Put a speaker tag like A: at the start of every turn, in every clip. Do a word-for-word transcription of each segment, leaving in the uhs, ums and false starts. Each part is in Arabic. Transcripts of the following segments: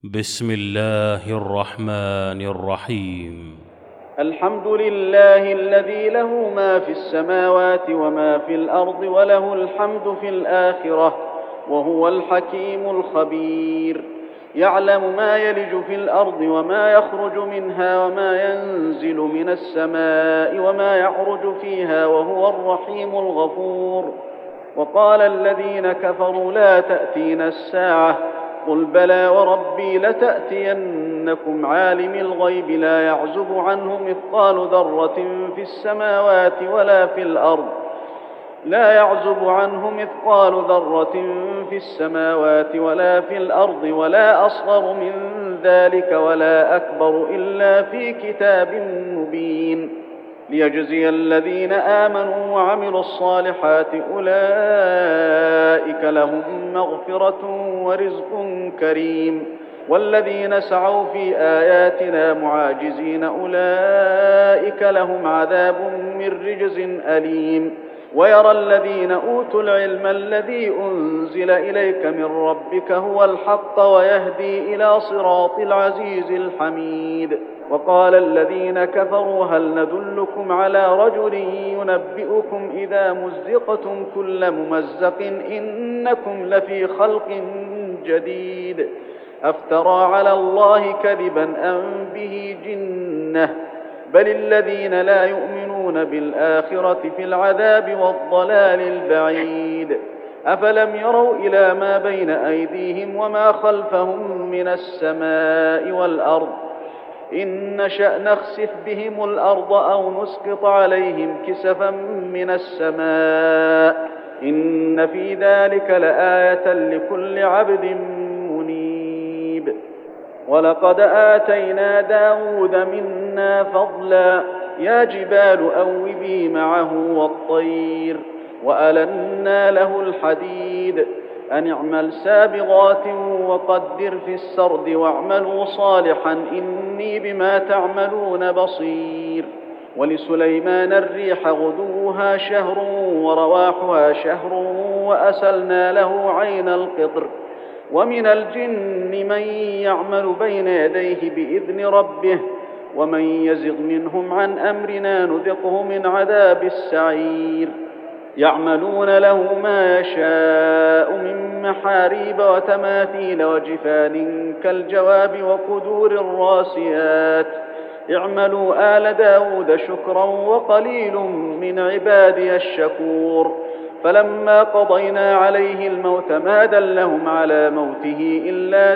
A: بسم الله الرحمن الرحيم.
B: الحمد لله الذي له ما في السماوات وما في الأرض وله الحمد في الآخرة وهو الحكيم الخبير. يعلم ما يلج في الأرض وما يخرج منها وما ينزل من السماء وما يعرج فيها وهو الرحيم الغفور. وقال الذين كفروا لا تأتينا الساعة قل بلى وربي لتأتينكم عالم الغيب لا يعزب عنه مثقال ذرة في السماوات ولا في الأرض لا يعزب عنه مثقال ذرة في السماوات ولا في الأرض ولا أصغر من ذلك ولا أكبر إلا في كتاب مبين ليجزي الذين آمنوا وعملوا الصالحات أولئك لهم مغفرة ورزق كريم. والذين سعوا في آياتنا معاجزين أولئك لهم عذاب من رجز أليم. ويرى الذين أوتوا العلم الذي أنزل إليك من ربك هو الحق ويهدي إلى صراط العزيز الحميد. وقال الذين كفروا هل ندلكم على رجل ينبئكم إذا مزقتم كل ممزق إنكم لفي خلق جديد أفترى على الله كذبا أم به جنة بل الذين لا يؤمنون بالآخرة في العذاب والضلال البعيد. أفلم يروا إلى ما بين أيديهم وما خلفهم من السماء والأرض إن نشأ نخسف بهم الأرض أو نسقط عليهم كسفا من السماء إن في ذلك لآية لكل عبد منيب. ولقد آتينا داود منا فضلا يا جبال أوبي معه والطير وألنا له الحديد أن اعمل سابغات وقدر في السرد واعملوا صالحا إني بما تعملون بصير. ولسليمان الريح غدوها شهر ورواحها شهر وأسلنا له عين القطر ومن الجن من يعمل بين يديه بإذن ربه ومن يزغ منهم عن أمرنا نذقه من عذاب السعير. يعملون له ما يشاء من محاريب وتماثيل وجفان كالجواب وقدور الراسيات اعملوا آل داود شكرا وقليل من عبادي الشكور. فلما قضينا عليه الموت ما دلهم على موته إلا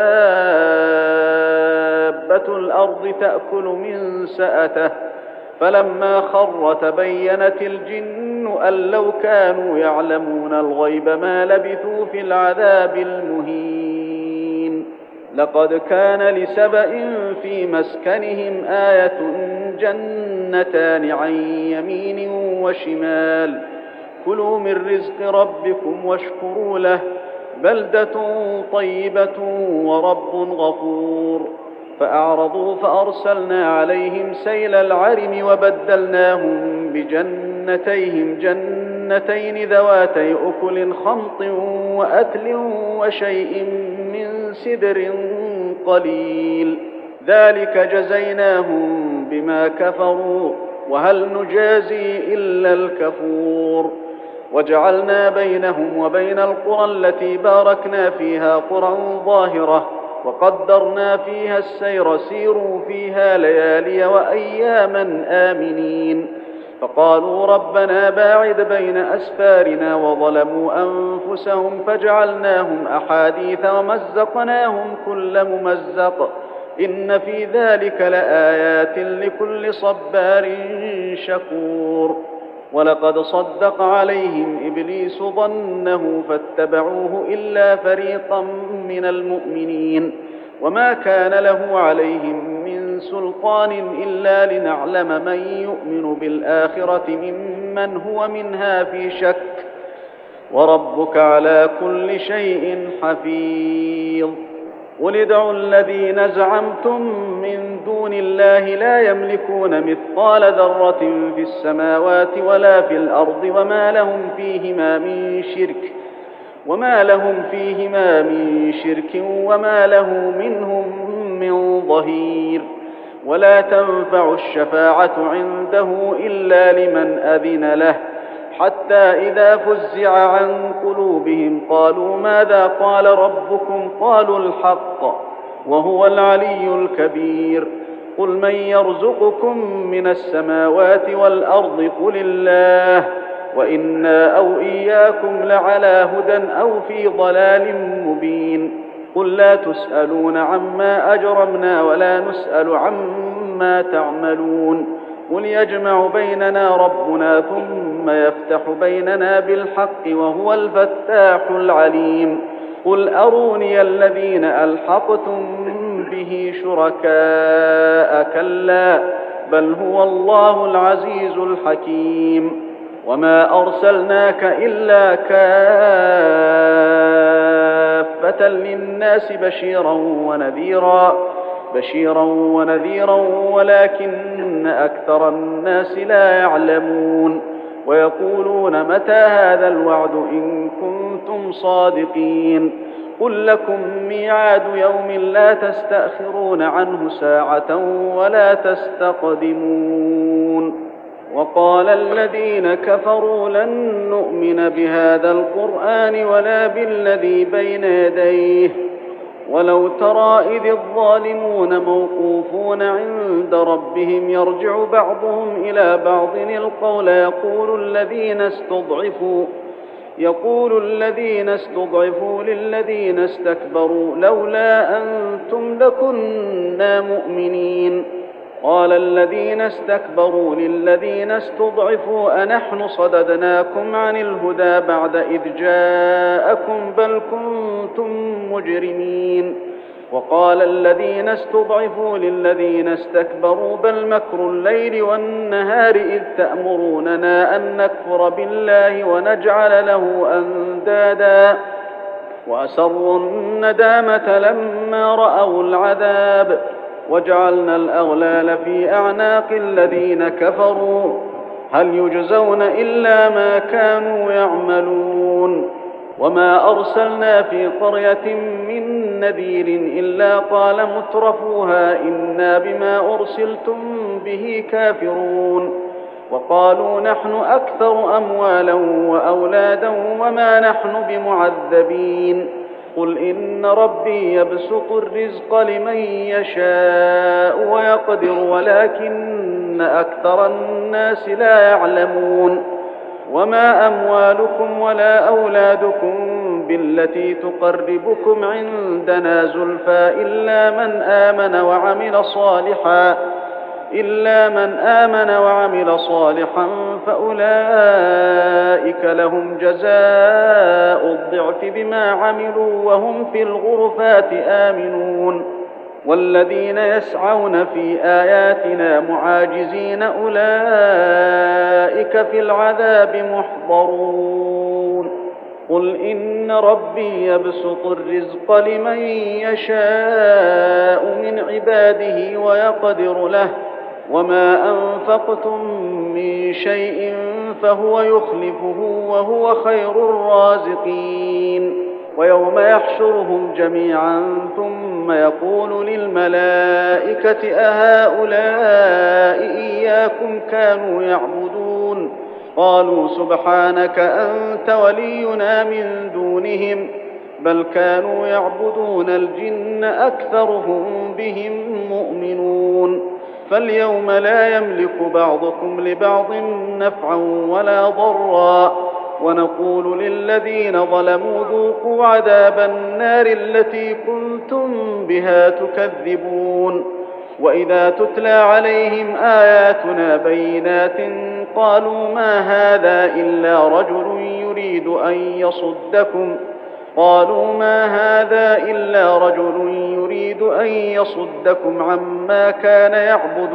B: دابة الأرض تأكل من سأته فلما خر تبينت الجن أن لو كانوا يعلمون الغيب ما لبثوا في العذاب المهين. لقد كان لسبإ في مسكنهم آية جنتان عن يمين وشمال كلوا من رزق ربكم واشكروا له بلدة طيبة ورب غفور. فأعرضوا فأرسلنا عليهم سيل العرم وبدلناهم بجنتيهم جنتين ذواتي أكل خمط وأكل وشيء من سدر قليل ذلك جزيناهم بما كفروا وهل نجازي إلا الكفور. وجعلنا بينهم وبين القرى التي باركنا فيها قرى ظاهرة وقدرنا فيها السير سيروا فيها ليالي وأياما آمنين. فقالوا ربنا باعد بين أسفارنا وظلموا أنفسهم فجعلناهم أحاديث ومزقناهم كل ممزق إن في ذلك لآيات لكل صبار شكور. ولقد صدق عليهم إبليس ظنه فاتبعوه إلا فريقا من المؤمنين وما كان له عليهم من سلطان إلا لنعلم من يؤمن بالآخرة ممن هو منها في شك وربك على كل شيء حفيظ. قل ادعوا الذين زعمتم من دون الله لا يملكون مثقال ذرة في السماوات ولا في الأرض وما لهم فيهما من شرك وما لهم فيهما من شرك وما له منهم من ظهير. ولا تنفع الشفاعة عنده إلا لمن أذن له، حتى إذا فزع عن قلوبهم قالوا ماذا قال ربكم؟ قالوا الحق وهو العلي الكبير. قل من يرزقكم من السماوات والأرض؟ قل الله، وإنا أو إياكم لعلى هدى أو في ضلال مبين. قل لا تسألون عما أجرمنا ولا نسأل عما تعملون. قل يجمع بيننا ربنا ثم يفتح بيننا بالحق وهو الفتاح العليم. قل أروني الذين ألحقتم به شركاء، كلا بل هو الله العزيز الحكيم. وما أرسلناك إلا كافة للناس بشيرا ونذيرا بشيرا ونذيرا ولكن أكثر الناس لا يعلمون. ويقولون متى هذا الوعد إن كنتم صادقين؟ قل لكم ميعاد يوم لا تستأخرون عنه ساعة ولا تستقدمون. وقال الذين كفروا لن نؤمن بهذا القرآن ولا بالذي بين يديه ولو ترى إذ الظالمون موقوفون عند ربهم يرجع بعضهم إلى بعض القول يقول الذين استضعفوا يقول الذين استضعفوا للذين استكبروا لولا أنتم لكنا مؤمنين. قال الذين استكبروا للذين استضعفوا أنحن صددناكم عن الهدى بعد إذ جاءكم بل كنتم مجرمين. وقال الذين استضعفوا للذين استكبروا بل مكر الليل والنهار إذ تأمروننا أن نكفر بالله ونجعل له أندادا وأسروا الندامة لما رأوا العذاب وجعلنا الأغلال في أعناق الذين كفروا هل يجزون إلا ما كانوا يعملون. وما أرسلنا في قرية من نذير إلا قال مترفوها إنا بما أرسلتم به كافرون. وقالوا نحن أكثر أموالا وأولادا وما نحن بمعذبين. قل إن ربي يبسط الرزق لمن يشاء ويقدر ولكن أكثر الناس لا يعلمون. وما أموالكم ولا أولادكم بالتي تقربكم عندنا زلفى إلا من آمن وعمل صالحا إلا من آمن وعمل صالحا فأولئك لهم جزاء الضعف بما عملوا وهم في الغرفات آمنون. والذين يسعون في آياتنا معاجزين أولئك في العذاب محضرون. قل إن ربي يبسط الرزق لمن يشاء من عباده ويقدر له وما أنفقتم من شيء فهو يخلفه وهو خير الرازقين. ويوم يحشرهم جميعا ثم يقول للملائكة أهؤلاء إياكم كانوا يعبدون؟ قالوا سبحانك أنت ولينا من دونهم بل كانوا يعبدون الجن أكثرهم بهم مؤمنون. فاليوم لا يملك بعضكم لبعض نفعا ولا ضرا ونقول للذين ظلموا ذوقوا عذاب النار التي كنتم بها تكذبون. وإذا تتلى عليهم آياتنا بينات قالوا ما هذا إلا رجل يريد أن يصدكم قالوا ما هذا إلا رجل يريد أن يصدكم عما كان يعبد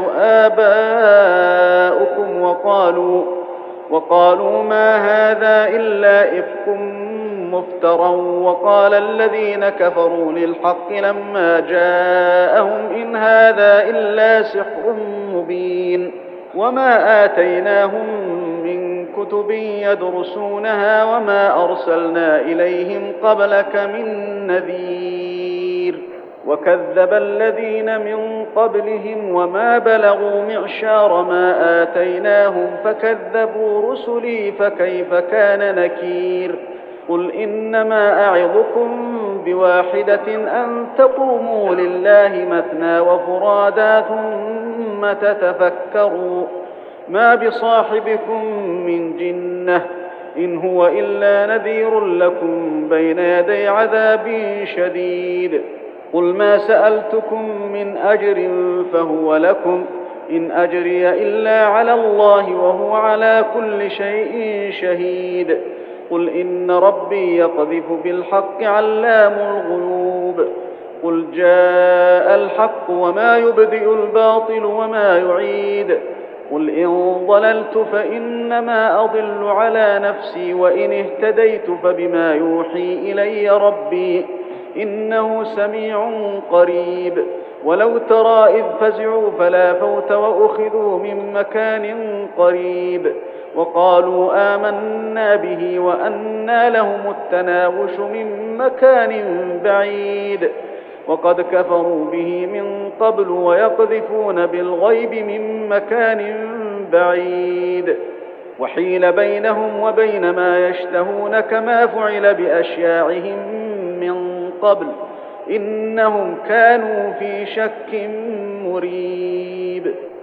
B: آباؤكم وقالوا وقالوا ما هذا إلا إفك مفترى. وقال الذين كفروا للحق لما جاءهم إن هذا إلا سحر مبين. وما آتيناهم من كتب يدرسونها وما أرسلنا إليهم قبلك من نذير وكذب الذين من قبلهم وما بلغوا معشار ما آتيناهم فكذبوا رسلي فكيف كان نكير قل إنما أعظكم بواحدة أن تقوموا لله مثنى وفرادا ثم تتفكروا ما بصاحبكم من جنة إن هو إلا نذير لكم بين يدي عذاب شديد قل ما سألتكم من أجر فهو لكم إن أجري إلا على الله وهو على كل شيء شهيد قل إن ربي يقذف بالحق علام الغيوب قل جاء الحق وما يبدئ الباطل وما يعيد قل إن ضللت فإنما أضل على نفسي وإن اهتديت فبما يوحي إلي ربي إنه سميع قريب ولو ترى إذ فزعوا فلا فوت وأخذوا من مكان قريب وقالوا آمنا به وأنى لهم التناوش من مكان بعيد وقد كفروا به من قبل ويقذفون بالغيب من مكان بعيد وحيل بينهم وبين ما يشتهون كما فعل بأشياعهم من قبل إنهم كانوا في شك مريب